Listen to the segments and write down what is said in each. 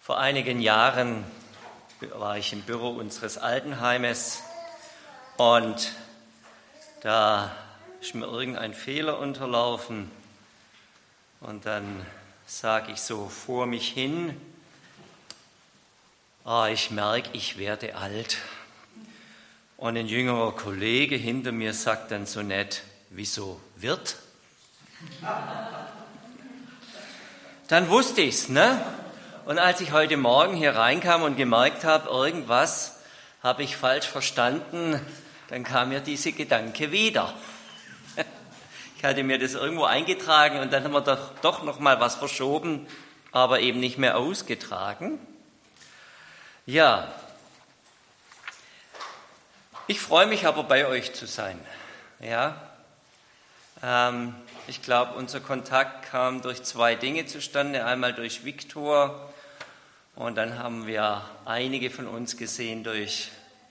Vor einigen Jahren war ich im Büro unseres Altenheimes und da ist mir irgendein Fehler unterlaufen und dann sage ich so vor mich hin, ich merke, ich werde alt. Und ein jüngerer Kollege hinter mir sagt dann so nett, wieso wird? Dann wusste ich's, ne? Und als ich heute Morgen hier reinkam und gemerkt habe, irgendwas habe ich falsch verstanden, dann kam mir dieser Gedanke wieder. Ich hatte mir das irgendwo eingetragen und dann haben wir doch noch mal was verschoben, aber eben nicht mehr ausgetragen. Ja, ich freue mich aber bei euch zu sein. Ja, ich glaube, unser Kontakt kam durch zwei Dinge zustande. Einmal durch Viktor und dann haben wir einige von uns gesehen durch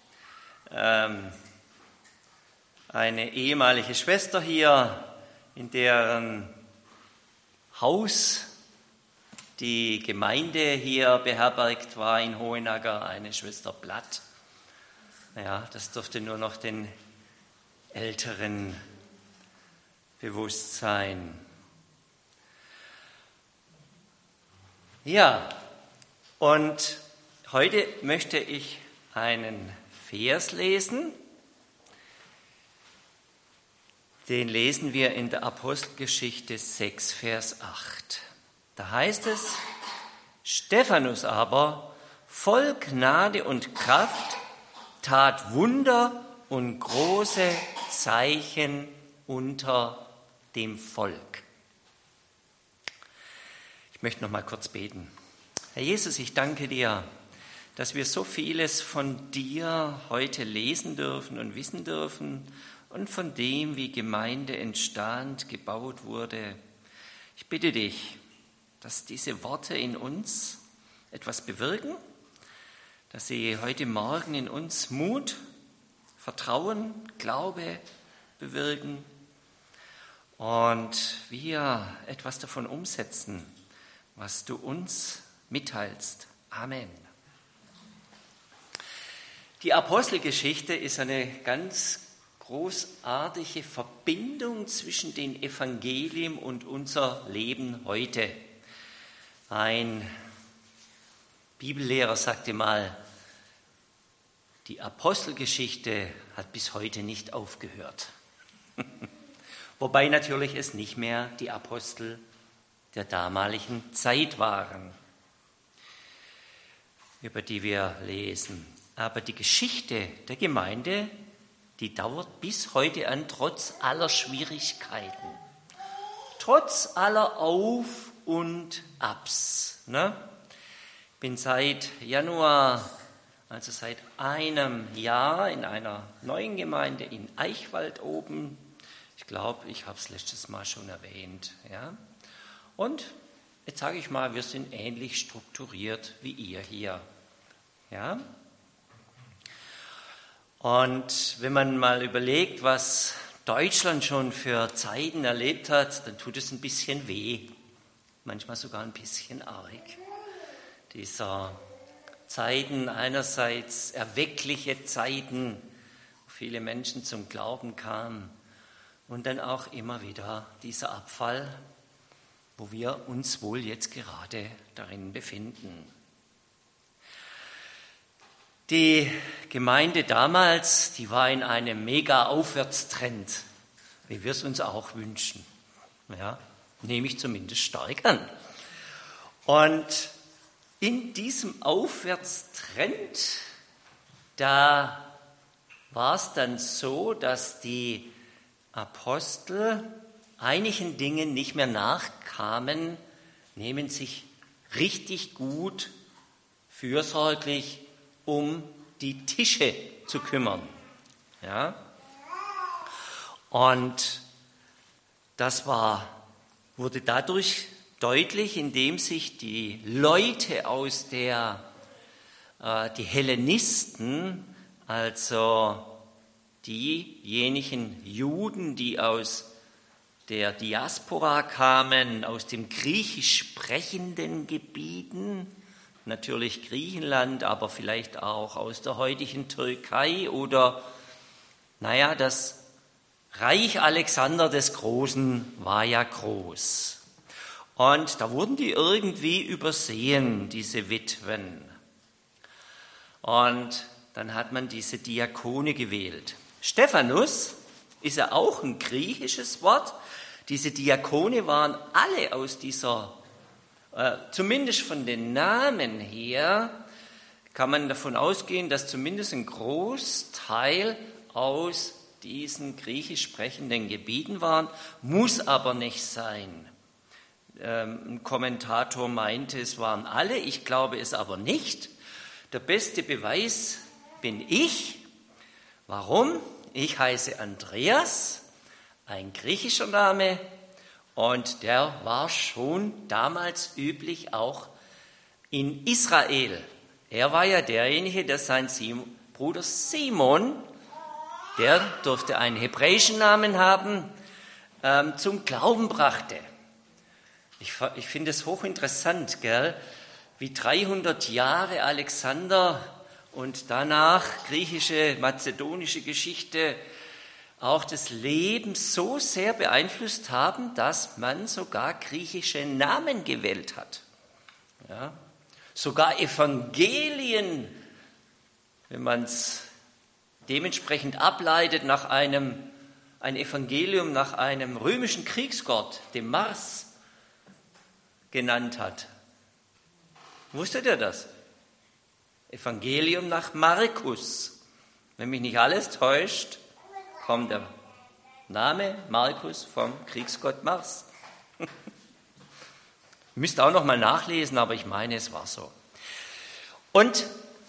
eine ehemalige Schwester hier, in deren Haus die Gemeinde hier beherbergt war in Hohenacker, eine Schwester Blatt. Ja, das dürfte nur noch den Älteren bewusst sein. Ja, und heute möchte ich einen Vers lesen. Den lesen wir in der Apostelgeschichte 6, Vers 8. Da heißt es, Stephanus aber, voll Gnade und Kraft, tat Wunder und große Zeichen unter dem Volk. Ich möchte noch mal kurz beten. Herr Jesus, ich danke dir, dass wir so vieles von dir heute lesen dürfen und wissen dürfen und von dem, wie Gemeinde entstand, gebaut wurde. Ich bitte dich, dass diese Worte in uns etwas bewirken, dass sie heute Morgen in uns Mut, Vertrauen, Glaube bewirken und wir etwas davon umsetzen, was du uns mitteilst. Amen. Die Apostelgeschichte ist eine ganz großartige Verbindung zwischen den Evangelien und unser Leben heute. Ein Bibellehrer sagte mal, die Apostelgeschichte hat bis heute nicht aufgehört. Wobei natürlich es nicht mehr die Apostel der damaligen Zeit waren, über die wir lesen. Aber die Geschichte der Gemeinde, die dauert bis heute an, trotz aller Schwierigkeiten, trotz aller Auf- und Abs. Ne? Ich bin seit Januar, also seit einem Jahr, in einer neuen Gemeinde in Eichwald oben. Ich glaube, ich habe es letztes Mal schon erwähnt. Ja? Und jetzt sage ich mal, wir sind ähnlich strukturiert wie ihr hier. Ja? Und wenn man mal überlegt, was Deutschland schon für Zeiten erlebt hat, dann tut es ein bisschen weh, manchmal sogar ein bisschen arg. Dieser Zeiten, einerseits erweckliche Zeiten, wo viele Menschen zum Glauben kamen und dann auch immer wieder dieser Abfall, wo wir uns wohl jetzt gerade darin befinden. Die Gemeinde damals, die war in einem mega Aufwärtstrend, wie wir es uns auch wünschen. Ja, nehme ich zumindest stark an. Und in diesem Aufwärtstrend, da war es dann so, dass die Apostel einigen Dingen nicht mehr nachkamen, nehmen sich richtig gut, fürsorglich um die Tische zu kümmern. Ja? Und das wurde dadurch deutlich, indem sich die Leute aus die Hellenisten, also diejenigen Juden, die aus der Diaspora kamen, aus den griechisch sprechenden Gebieten, natürlich Griechenland, aber vielleicht auch aus der heutigen Türkei oder, das Reich Alexander des Großen war ja groß. Und da wurden die irgendwie übersehen, diese Witwen. Und dann hat man diese Diakone gewählt. Stephanus ist ja auch ein griechisches Wort. Diese Diakone waren alle aus dieser, zumindest von den Namen her, kann man davon ausgehen, dass zumindest ein Großteil aus diesen griechisch sprechenden Gebieten waren, muss aber nicht sein. Ein Kommentator meinte, es waren alle, ich glaube es aber nicht. Der beste Beweis bin ich. Warum? Ich heiße Andreas, ein griechischer Name, und der war schon damals üblich auch in Israel. Er war ja derjenige, der seinen Bruder Simon, der durfte einen hebräischen Namen haben, zum Glauben brachte. Ich finde es hochinteressant, gell? Wie 300 Jahre Alexander und danach griechische, mazedonische Geschichte auch das Leben so sehr beeinflusst haben, dass man sogar griechische Namen gewählt hat. Ja? Sogar Evangelien, wenn man es dementsprechend ableitet, ein Evangelium nach einem römischen Kriegsgott, dem Mars, genannt hat. Wusstet ihr das? Evangelium nach Markus. Wenn mich nicht alles täuscht, kommt der Name Markus vom Kriegsgott Mars. Müsst auch noch mal nachlesen, aber ich meine, es war so. Und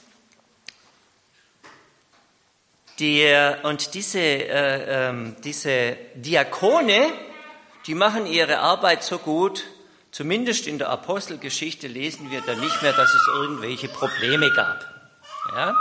diese Diakone, die machen ihre Arbeit so gut, zumindest in der Apostelgeschichte lesen wir dann nicht mehr, dass es irgendwelche Probleme gab. Ja?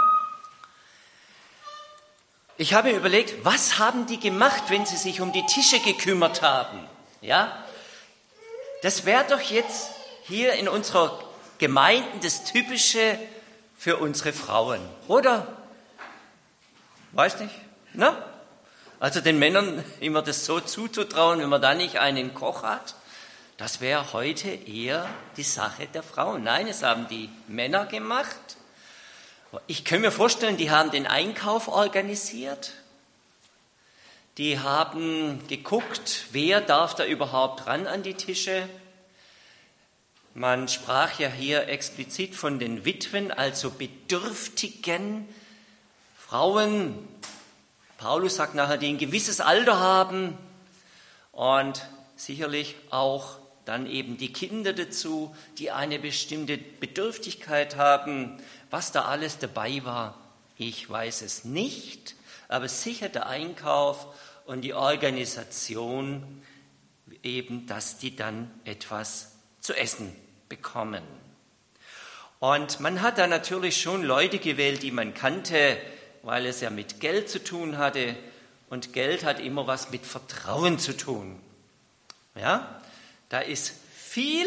Ich habe überlegt, was haben die gemacht, wenn sie sich um die Tische gekümmert haben? Ja? Das wäre doch jetzt hier in unserer Gemeinde das Typische für unsere Frauen, oder? Weiß nicht, ne? Also den Männern immer das so zuzutrauen, wenn man da nicht einen Koch hat, das wäre heute eher die Sache der Frauen. Nein, es haben die Männer gemacht. Ich kann mir vorstellen, die haben den Einkauf organisiert. Die haben geguckt, wer darf da überhaupt ran an die Tische. Man sprach ja hier explizit von den Witwen, also bedürftigen Frauen. Paulus sagt nachher, die ein gewisses Alter haben und sicherlich auch dann eben die Kinder dazu, die eine bestimmte Bedürftigkeit haben. Was da alles dabei war, ich weiß es nicht, aber sicher der Einkauf und die Organisation eben, dass die dann etwas zu essen bekommen. Und man hat da natürlich schon Leute gewählt, die man kannte, weil es ja mit Geld zu tun hatte. Und Geld hat immer was mit Vertrauen zu tun. Ja, da ist viel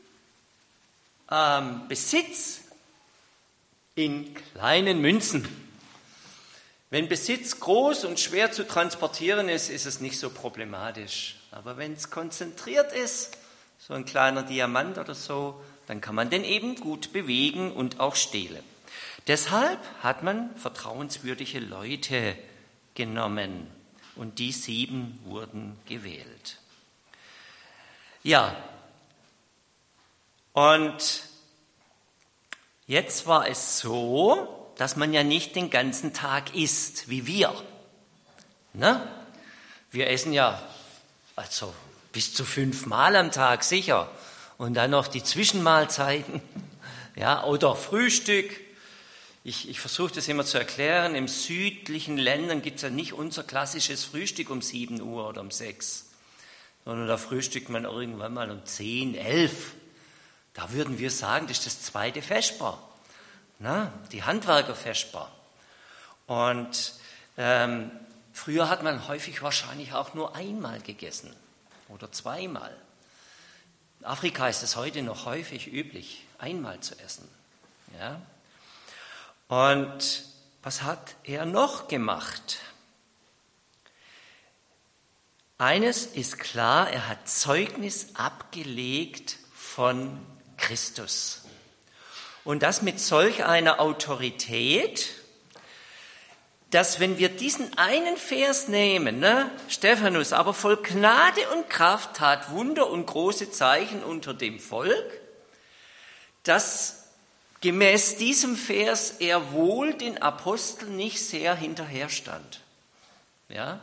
Besitz in kleinen Münzen. Wenn Besitz groß und schwer zu transportieren ist, ist es nicht so problematisch. Aber wenn es konzentriert ist, so ein kleiner Diamant oder so, dann kann man den eben gut bewegen und auch stehlen. Deshalb hat man vertrauenswürdige Leute genommen und die 7 wurden gewählt. Ja, und jetzt war es so, dass man ja nicht den ganzen Tag isst, wie wir. Ne? Wir essen ja also bis zu 5 Mal am Tag sicher und dann noch die Zwischenmahlzeiten, ja, oder Frühstück. Ich versuche das immer zu erklären. Im südlichen Ländern gibt es ja nicht unser klassisches Frühstück um 7 Uhr oder um 6, sondern da frühstückt man irgendwann mal um 10, 11. Da würden wir sagen, das ist das zweite Vesper, die Handwerkervesper. Und früher hat man häufig wahrscheinlich auch nur einmal gegessen oder zweimal. In Afrika ist es heute noch häufig üblich, einmal zu essen. Ja? Und was hat er noch gemacht? Eines ist klar, er hat Zeugnis abgelegt von Christus. Und das mit solch einer Autorität, dass wenn wir diesen einen Vers nehmen, Stephanus, aber voll Gnade und Kraft tat Wunder und große Zeichen unter dem Volk, dass gemäß diesem Vers er wohl den Aposteln nicht sehr hinterherstand. Ja?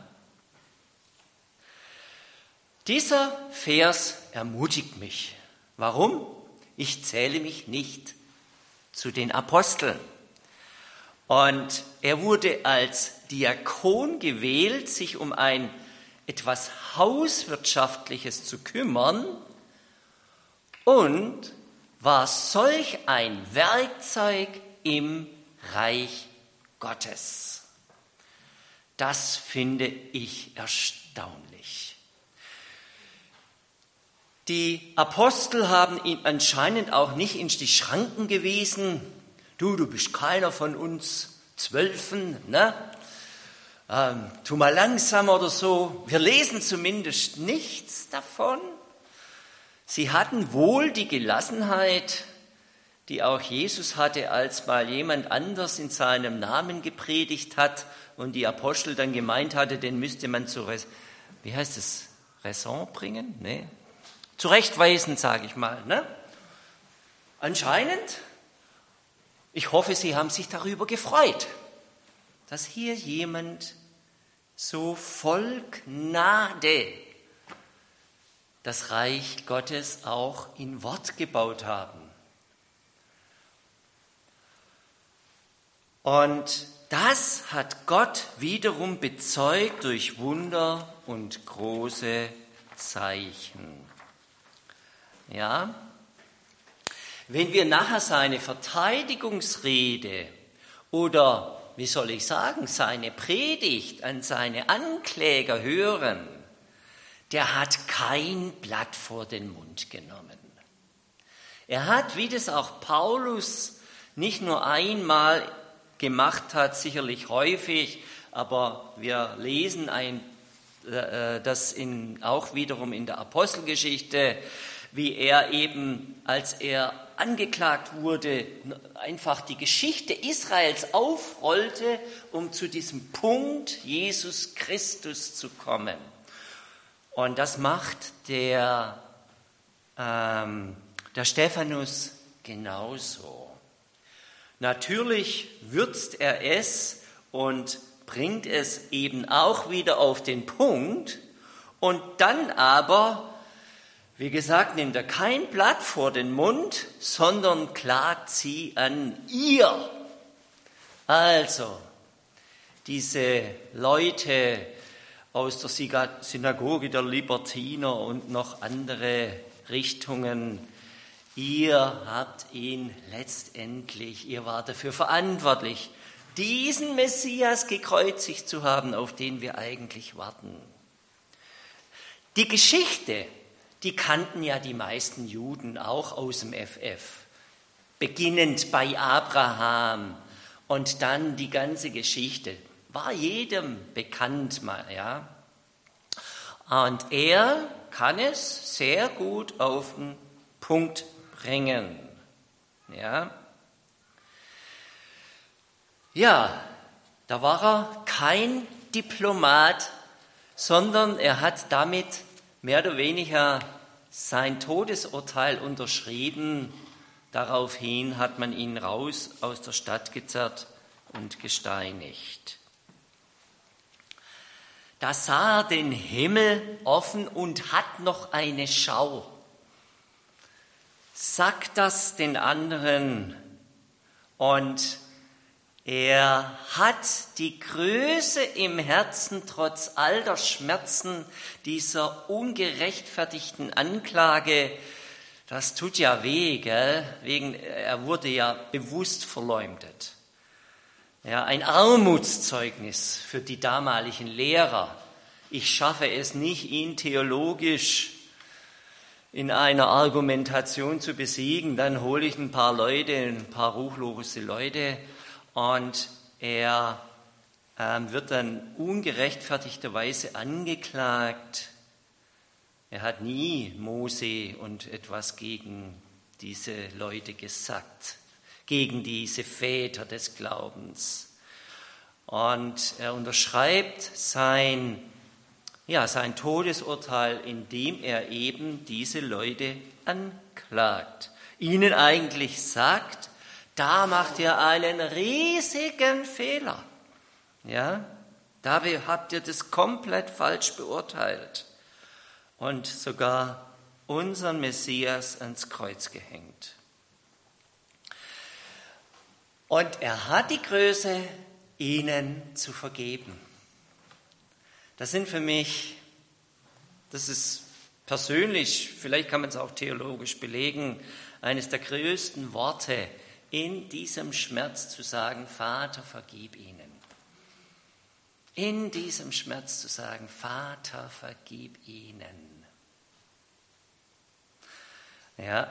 Dieser Vers ermutigt mich. Warum? Ich zähle mich nicht zu den Aposteln. Und er wurde als Diakon gewählt, sich um ein etwas Hauswirtschaftliches zu kümmern und war solch ein Werkzeug im Reich Gottes. Das finde ich erstaunlich. Die Apostel haben ihn anscheinend auch nicht in die Schranken gewiesen. Du bist keiner von uns 12, ne? Tu mal langsam oder so. Wir lesen zumindest nichts davon. Sie hatten wohl die Gelassenheit, die auch Jesus hatte, als mal jemand anders in seinem Namen gepredigt hat und die Apostel dann gemeint hatte, den müsste man Raison bringen? Nee. Zurechtweisen, sage ich mal. Ne? Anscheinend, ich hoffe, Sie haben sich darüber gefreut, dass hier jemand so voll Gnade das Reich Gottes auch in Wort gebaut haben. Und das hat Gott wiederum bezeugt durch Wunder und große Zeichen. Ja, wenn wir nachher seine Verteidigungsrede oder, wie soll ich sagen, seine Predigt an seine Ankläger hören, der hat kein Blatt vor den Mund genommen. Er hat, wie das auch Paulus nicht nur einmal gemacht hat, sicherlich häufig, aber wir lesen das auch wiederum in der Apostelgeschichte, wie er eben, als er angeklagt wurde, einfach die Geschichte Israels aufrollte, um zu diesem Punkt Jesus Christus zu kommen. Und das macht der Stephanus genauso. Natürlich würzt er es und bringt es eben auch wieder auf den Punkt und dann aber, wie gesagt, nimmt er kein Blatt vor den Mund, sondern klagt sie an ihr. Also, diese Leute aus der Synagoge der Libertiner und noch andere Richtungen, ihr habt ihn letztendlich, ihr wart dafür verantwortlich, diesen Messias gekreuzigt zu haben, auf den wir eigentlich warten. Die Geschichte, die kannten ja die meisten Juden auch aus dem FF, beginnend bei Abraham und dann die ganze Geschichte. War jedem bekannt mal, ja. Und er kann es sehr gut auf den Punkt bringen, ja. Ja, da war er kein Diplomat, sondern er hat damit mehr oder weniger sein Todesurteil unterschrieben. Daraufhin hat man ihn raus aus der Stadt gezerrt und gesteinigt. Da sah er den Himmel offen und hat noch eine Schau. Sagt das den anderen und er hat die Größe im Herzen, trotz all der Schmerzen dieser ungerechtfertigten Anklage. Das tut ja weh, gell? Er wurde ja bewusst verleumdet. Ja, ein Armutszeugnis für die damaligen Lehrer. Ich schaffe es nicht, ihn theologisch in einer Argumentation zu besiegen, dann hole ich ein paar Leute, ein paar ruchlose Leute und er wird dann ungerechtfertigterweise angeklagt. Er hat nie Mose und etwas gegen diese Leute gesagt, gegen diese Väter des Glaubens. Und er unterschreibt sein Todesurteil, indem er eben diese Leute anklagt. Ihnen eigentlich sagt, da macht ihr einen riesigen Fehler. Ja, da habt ihr das komplett falsch beurteilt und sogar unseren Messias ans Kreuz gehängt. Und er hat die Größe, ihnen zu vergeben. Das sind für mich, das ist persönlich, vielleicht kann man es auch theologisch belegen, eines der größten Worte in diesem Schmerz zu sagen, Vater, vergib ihnen. In diesem Schmerz zu sagen, Vater, vergib ihnen. Ja.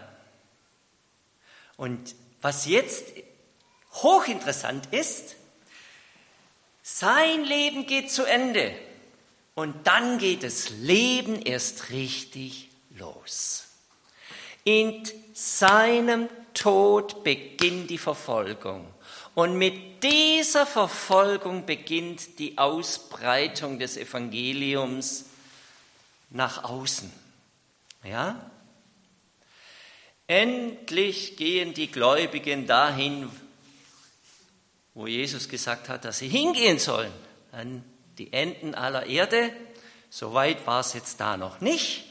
Und was jetzt hochinteressant ist, sein Leben geht zu Ende und dann geht das Leben erst richtig los. In seinem Tod beginnt die Verfolgung. Und mit dieser Verfolgung beginnt die Ausbreitung des Evangeliums nach außen. Ja? Endlich gehen die Gläubigen dahin, wo Jesus gesagt hat, dass sie hingehen sollen, an die Enden aller Erde. Soweit war es jetzt da noch nicht.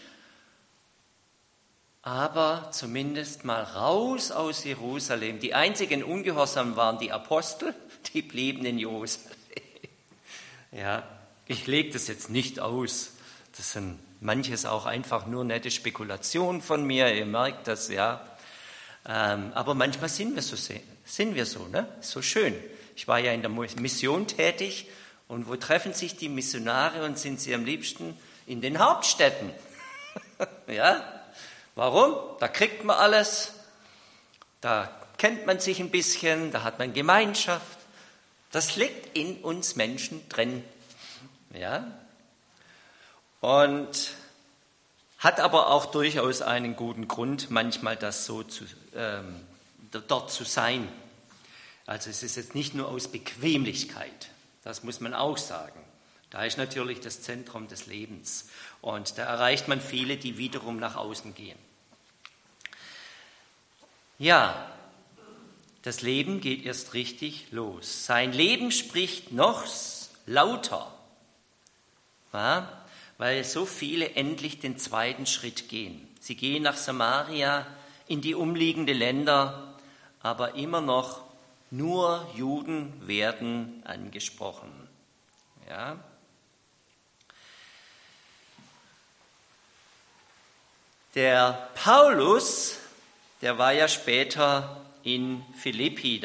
Aber zumindest mal raus aus Jerusalem. Die einzigen Ungehorsamen waren die Apostel, die blieben in Jerusalem. Ja, ich lege das jetzt nicht aus. Das sind manches auch einfach nur nette Spekulationen von mir, ihr merkt das, ja. Aber manchmal sind wir so, ne? So schön. Ich war ja in der Mission tätig und wo treffen sich die Missionare und sind sie am liebsten? In den Hauptstädten. Ja? Warum? Da kriegt man alles, da kennt man sich ein bisschen, da hat man Gemeinschaft. Das liegt in uns Menschen drin. Ja? Und hat aber auch durchaus einen guten Grund, manchmal das so dort zu sein. Also es ist jetzt nicht nur aus Bequemlichkeit, das muss man auch sagen. Da ist natürlich das Zentrum des Lebens und da erreicht man viele, die wiederum nach außen gehen. Ja, das Leben geht erst richtig los. Sein Leben spricht noch lauter, ja, weil so viele endlich den zweiten Schritt gehen. Sie gehen nach Samaria, in die umliegenden Länder, aber immer noch nur Juden werden angesprochen. Ja. Der Paulus, der war ja später in Philippi,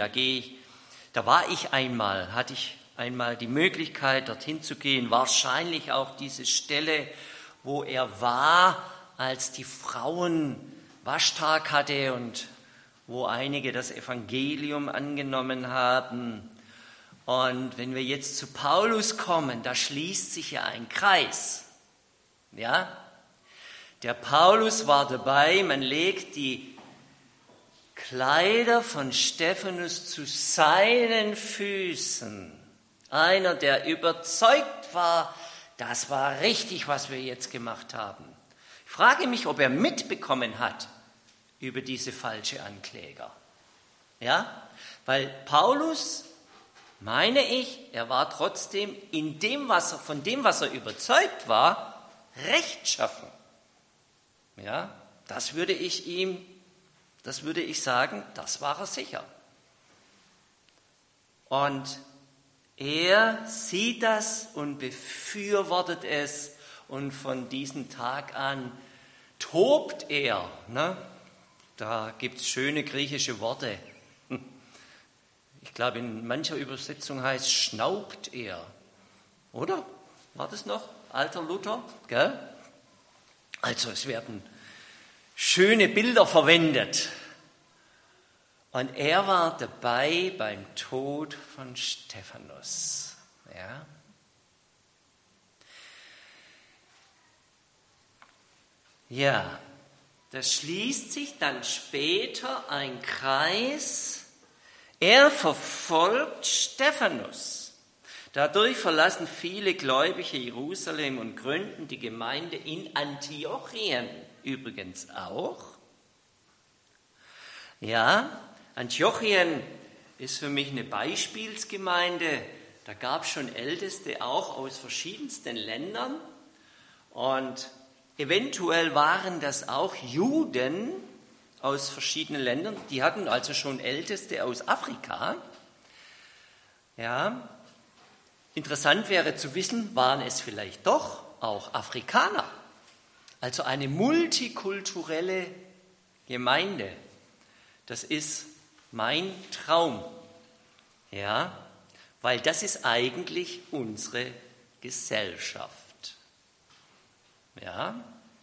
hatte ich einmal die Möglichkeit, dorthin zu gehen, wahrscheinlich auch diese Stelle, wo er war, als die Frauen Waschtag hatte und wo einige das Evangelium angenommen haben. Und wenn wir jetzt zu Paulus kommen, da schließt sich ja ein Kreis. Ja? Der Paulus war dabei, man legt die Kleider von Stephanus zu seinen Füßen. Einer, der überzeugt war, das war richtig, was wir jetzt gemacht haben. Ich frage mich, ob er mitbekommen hat über diese falsche Ankläger. Ja? Weil Paulus, meine ich, er war trotzdem von dem, was er überzeugt war, rechtschaffen. Ja, das würde ich sagen, das war er sicher. Und er sieht das und befürwortet es und von diesem Tag an tobt er. Ne? Da gibt es schöne griechische Worte. Ich glaube, in mancher Übersetzung heißt schnaubt er. Oder? War das noch? Alter Luther? Gell? Also es werden schöne Bilder verwendet. Und er war dabei beim Tod von Stephanus. Ja. Ja, da schließt sich dann später ein Kreis. Er verfolgt Stephanus. Dadurch verlassen viele Gläubige Jerusalem und gründen die Gemeinde in Antiochien übrigens auch. Ja, Antiochien ist für mich eine Beispielsgemeinde. Da gab es schon Älteste auch aus verschiedensten Ländern. Und eventuell waren das auch Juden aus verschiedenen Ländern. Die hatten also schon Älteste aus Afrika. Ja, interessant wäre zu wissen, waren es vielleicht doch auch Afrikaner. Also eine multikulturelle Gemeinde. Das ist mein Traum. Ja, weil das ist eigentlich unsere Gesellschaft. Ja.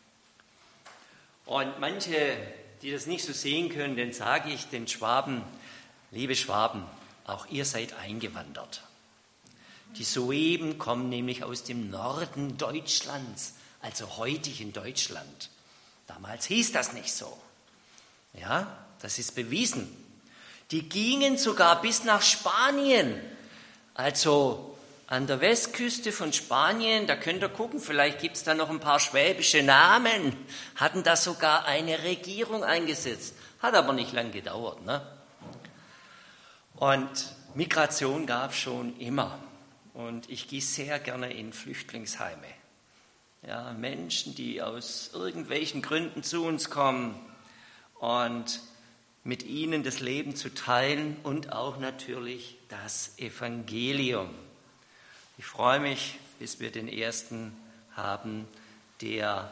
Und manche, die das nicht so sehen können, denen sage ich den Schwaben, liebe Schwaben, auch ihr seid eingewandert. Die Sueben kommen nämlich aus dem Norden Deutschlands, also heutigen Deutschland. Damals hieß das nicht so. Ja, das ist bewiesen. Die gingen sogar bis nach Spanien, also an der Westküste von Spanien, da könnt ihr gucken, vielleicht gibt es da noch ein paar schwäbische Namen, hatten da sogar eine Regierung eingesetzt. Hat aber nicht lang gedauert. Ne? Und Migration gab es schon immer. Und ich gehe sehr gerne in Flüchtlingsheime. Ja, Menschen, die aus irgendwelchen Gründen zu uns kommen und mit ihnen das Leben zu teilen und auch natürlich das Evangelium. Ich freue mich, bis wir den ersten haben, der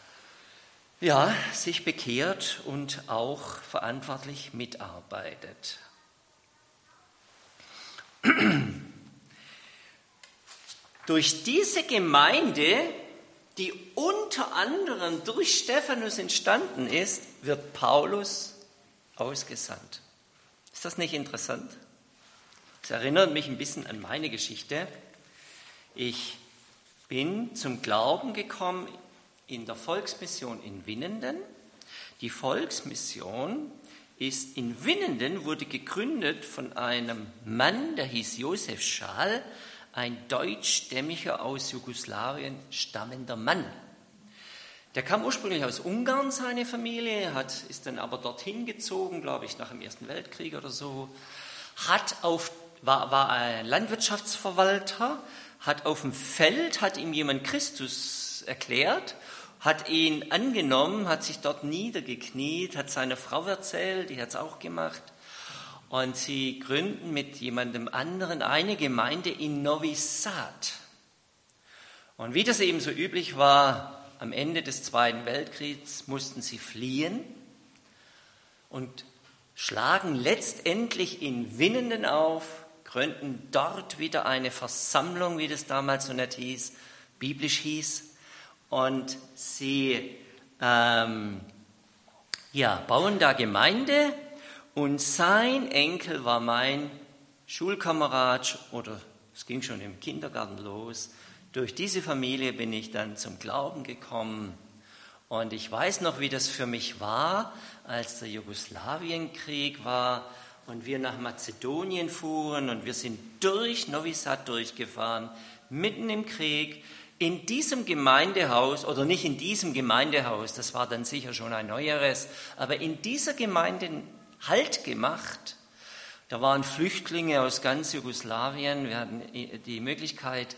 sich bekehrt und auch verantwortlich mitarbeitet. Durch diese Gemeinde, die unter anderem durch Stephanus entstanden ist, wird Paulus ausgesandt. Ist das nicht interessant? Das erinnert mich ein bisschen an meine Geschichte. Ich bin zum Glauben gekommen in der Volksmission in Winnenden. Die Volksmission ist in Winnenden, wurde gegründet von einem Mann, der hieß Josef Schal, ein deutschstämmiger aus Jugoslawien stammender Mann. Der kam ursprünglich aus Ungarn, seine Familie, ist dann aber dorthin gezogen, glaube ich, nach dem Ersten Weltkrieg oder so, war ein Landwirtschaftsverwalter, hat auf dem Feld, hat ihm jemand Christus erklärt, hat ihn angenommen, hat sich dort niedergekniet, hat seiner Frau erzählt, die hat es auch gemacht. Und sie gründen mit jemandem anderen eine Gemeinde in Novi Sad. Und wie das eben so üblich war, am Ende des Zweiten Weltkriegs mussten sie fliehen und schlagen letztendlich in Winnenden auf, gründen dort wieder eine Versammlung, wie das damals so nett hieß, biblisch hieß. Und sie bauen da Gemeinde. Und sein Enkel war mein Schulkamerad, oder es ging schon im Kindergarten los. Durch diese Familie bin ich dann zum Glauben gekommen. Und ich weiß noch, wie das für mich war, als der Jugoslawienkrieg war und wir nach Mazedonien fuhren und wir sind durch Novi Sad durchgefahren, mitten im Krieg, in diesem Gemeindehaus, oder nicht in diesem Gemeindehaus, das war dann sicher schon ein neueres, aber in dieser Gemeinde Halt gemacht. Da waren Flüchtlinge aus ganz Jugoslawien. Wir hatten die Möglichkeit,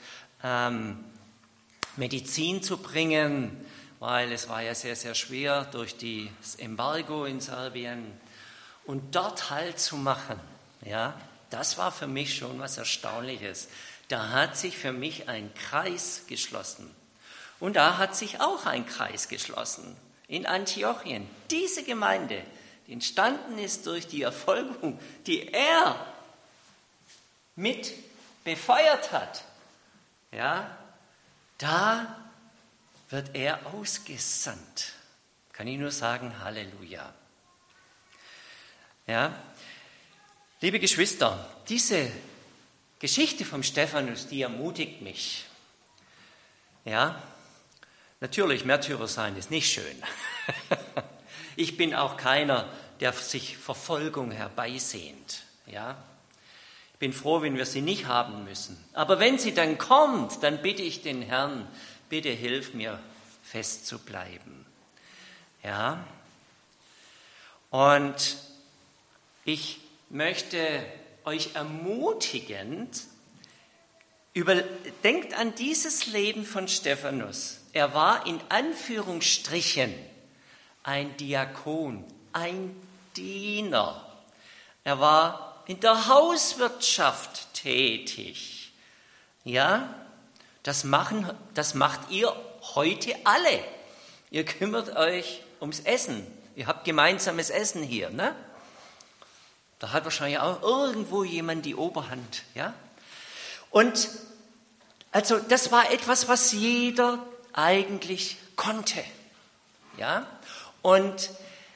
Medizin zu bringen, weil es war ja sehr, sehr schwer durch das Embargo in Serbien. Und dort Halt zu machen, ja, das war für mich schon was Erstaunliches. Da hat sich für mich ein Kreis geschlossen. Und da hat sich auch ein Kreis geschlossen in Antiochien. Diese Gemeinde, die entstanden ist durch die Erfolgung, die er mit befeuert hat, ja, da wird er ausgesandt. Kann ich nur sagen, Halleluja. Ja, liebe Geschwister, diese Geschichte vom Stephanus, die ermutigt mich. Ja, natürlich, Märtyrer sein ist nicht schön. Ich bin auch keiner, der sich Verfolgung herbeisehnt. Ja, ich bin froh, wenn wir sie nicht haben müssen. Aber wenn sie dann kommt, dann bitte ich den Herrn, bitte hilf mir, fest zu bleiben. Ja, und ich möchte euch ermutigend, denkt an dieses Leben von Stephanus. Er war in Anführungsstrichen ein Diakon, ein Diener. Er war in der Hauswirtschaft tätig. Ja, das macht ihr heute alle. Ihr kümmert euch ums Essen. Ihr habt gemeinsames Essen hier, ne? Da hat wahrscheinlich auch irgendwo jemand die Oberhand, ja? Und also das war etwas, was jeder eigentlich konnte, ja? Und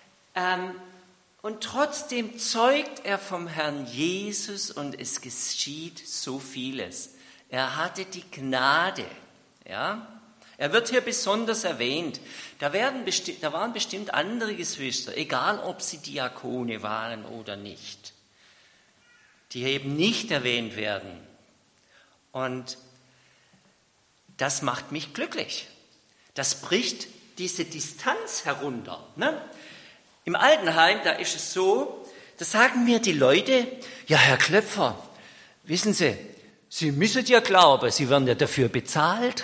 trotzdem zeugt er vom Herrn Jesus und es geschieht so vieles. Er hatte die Gnade, ja? Er wird hier besonders erwähnt. Da waren bestimmt andere Geschwister, egal ob sie Diakone waren oder nicht, die eben nicht erwähnt werden. Und das macht mich glücklich. Das bricht diese Distanz herunter. Ne? Im Altenheim, da ist es so, da sagen mir die Leute, ja, Herr Klöpfer, wissen Sie, Sie müssen ja glauben, Sie werden ja dafür bezahlt.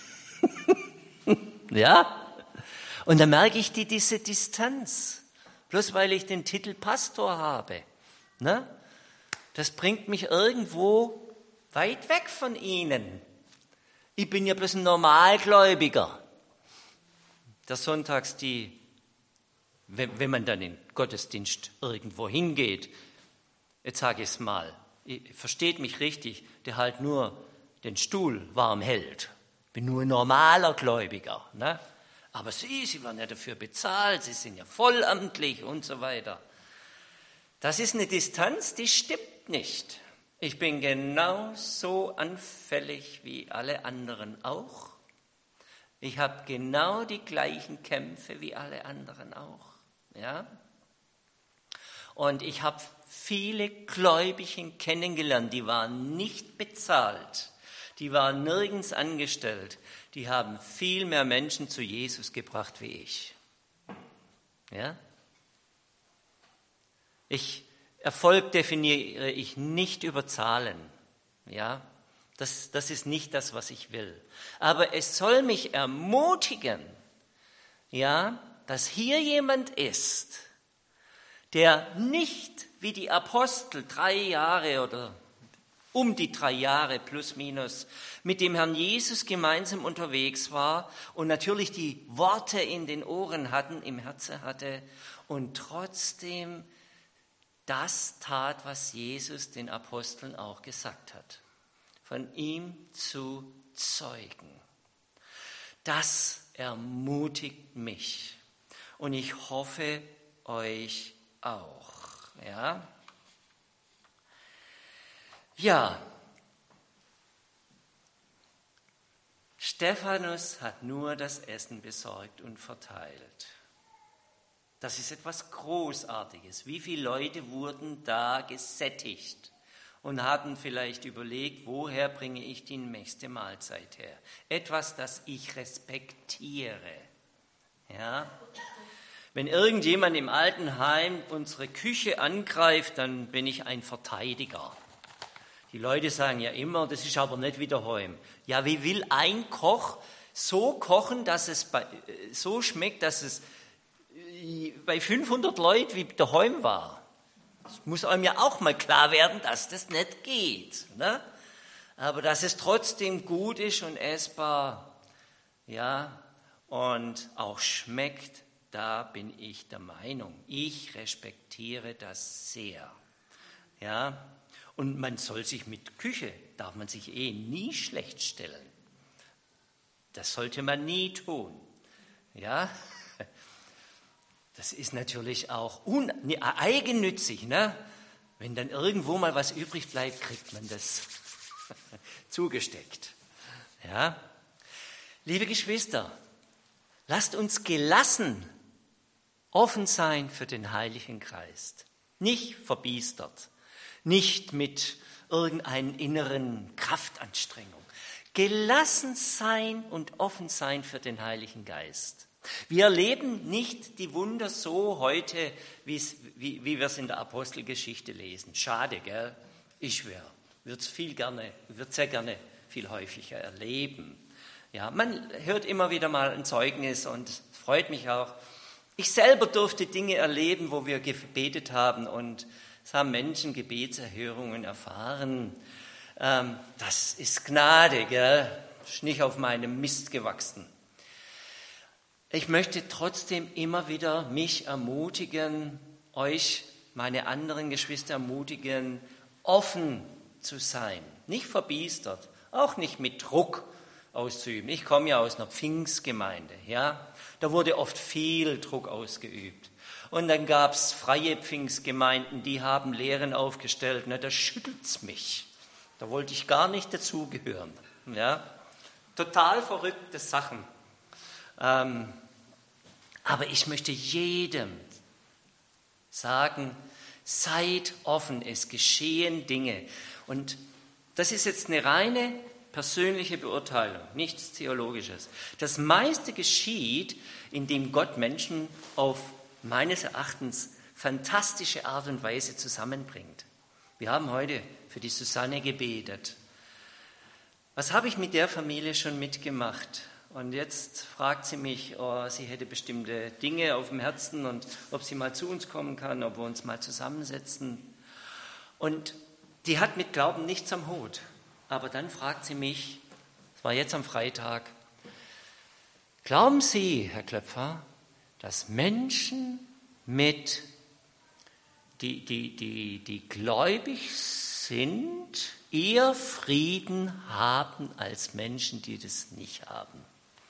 Ja, und dann merke ich diese Distanz, bloß weil ich den Titel Pastor habe. Ne? Das bringt mich irgendwo weit weg von Ihnen. Ich bin ja bloß ein Normalgläubiger, der sonntags wenn man dann in den Gottesdienst irgendwo hingeht, jetzt sage ich es mal, versteht mich richtig, der halt nur den Stuhl warm hält. Bin nur ein normaler Gläubiger. Ne? Aber Sie werden ja dafür bezahlt, Sie sind ja vollamtlich und so weiter. Das ist eine Distanz, die stimmt nicht. Ich bin genauso anfällig wie alle anderen auch. Ich habe genau die gleichen Kämpfe wie alle anderen auch. Ja? Und ich habe viele Gläubigen kennengelernt, die waren nicht bezahlt. Die waren nirgends angestellt. Die haben viel mehr Menschen zu Jesus gebracht wie ich. Ja? Erfolg definiere ich nicht über Zahlen. Ja? Das ist nicht das, was ich will. Aber es soll mich ermutigen, ja, dass hier jemand ist, der nicht wie die Apostel 3 Jahre oder um die 3 Jahre plus minus mit dem Herrn Jesus gemeinsam unterwegs war und natürlich die Worte in den Ohren im Herzen hatte und trotzdem das tat, was Jesus den Aposteln auch gesagt hat. Von ihm zu zeugen. Das ermutigt mich und ich hoffe euch auch. Ja? Ja, Stephanus hat nur das Essen besorgt und verteilt. Das ist etwas Großartiges. Wie viele Leute wurden da gesättigt und hatten vielleicht überlegt, woher bringe ich die nächste Mahlzeit her? Etwas, das ich respektiere. Ja? Wenn irgendjemand im Altenheim unsere Küche angreift, dann bin ich ein Verteidiger. Die Leute sagen ja immer, das ist aber nicht wie daheim. Ja, wie will ein Koch so kochen, dass es so schmeckt, dass es bei 500 Leuten wie daheim war? Es muss einem ja auch mal klar werden, dass das nicht geht. Ne? Aber dass es trotzdem gut ist und essbar, ja, und auch schmeckt, da bin ich der Meinung. Ich respektiere das sehr. Ja. Und man soll sich mit Küche, darf man sich nie schlecht stellen. Das sollte man nie tun. Ja? das ist natürlich auch eigennützig, ne? Wenn dann irgendwo mal was übrig bleibt, kriegt man das zugesteckt. Ja? Liebe Geschwister, lasst uns gelassen offen sein für den Heiligen Geist. Nicht verbiestert, nicht mit irgendeiner inneren Kraftanstrengung. Gelassen sein und offen sein für den Heiligen Geist. Wir erleben nicht die Wunder so heute, wie wir es in der Apostelgeschichte lesen. Schade, gell? Ich würde es sehr gerne viel häufiger erleben. Ja, man hört immer wieder mal ein Zeugnis und es freut mich auch. Ich selber durfte Dinge erleben, wo wir gebetet haben und es haben Menschen Gebetserhörungen erfahren. Das ist Gnade, gell? Ist nicht auf meinem Mist gewachsen. Ich möchte trotzdem immer wieder mich ermutigen, euch, meine anderen Geschwister ermutigen, offen zu sein, nicht verbiestert, auch nicht mit Druck auszuüben. Ich komme ja aus einer Pfingstgemeinde, ja, da wurde oft viel Druck ausgeübt. Und dann gab es freie Pfingstgemeinden, die haben Lehren aufgestellt, na, da schüttelt's mich. Da wollte ich gar nicht dazugehören. Ja, total verrückte Sachen. Aber ich möchte jedem sagen, seid offen, es geschehen Dinge. Und das ist jetzt eine reine persönliche Beurteilung, nichts Theologisches. Das meiste geschieht, indem Gott Menschen auf meines Erachtens fantastische Art und Weise zusammenbringt. Wir haben heute für die Susanne gebetet. Was habe ich mit der Familie schon mitgemacht? Und jetzt fragt sie mich, sie hätte bestimmte Dinge auf dem Herzen und ob sie mal zu uns kommen kann, ob wir uns mal zusammensetzen. Und die hat mit Glauben nichts am Hut. Aber dann fragt sie mich, das war jetzt am Freitag, glauben Sie, Herr Klöpfer, dass Menschen die gläubig sind, eher Frieden haben als Menschen, die das nicht haben?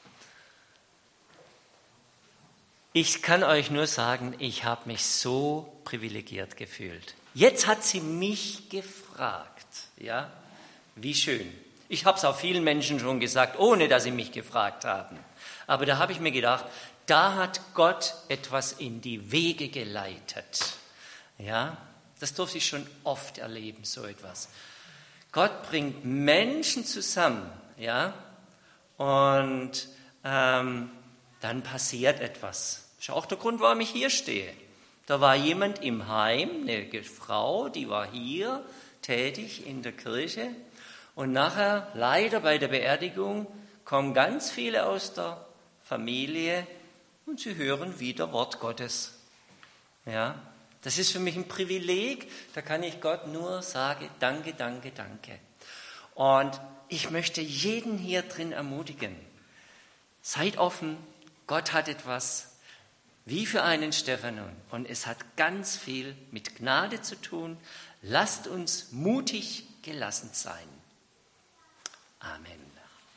Ich kann euch nur sagen, ich habe mich so privilegiert gefühlt. Jetzt hat sie mich gefragt, ja, wie schön. Ich habe es auch vielen Menschen schon gesagt, ohne dass sie mich gefragt haben. Aber da habe ich mir gedacht, da hat Gott etwas in die Wege geleitet. Ja, das durfte ich schon oft erleben, so etwas. Gott bringt Menschen zusammen, ja, und dann passiert etwas. Das ist auch der Grund, warum ich hier stehe. Da war jemand im Heim, eine Frau, die war hier tätig in der Kirche. Und nachher, leider bei der Beerdigung, kommen ganz viele aus der Familie und sie hören wieder Wort Gottes. Ja, das ist für mich ein Privileg. Da kann ich Gott nur sagen, danke, danke, danke. Und ich möchte jeden hier drin ermutigen. Seid offen. Gott hat etwas wie für einen Stephanus und es hat ganz viel mit Gnade zu tun. Lasst uns mutig gelassen sein. Amen.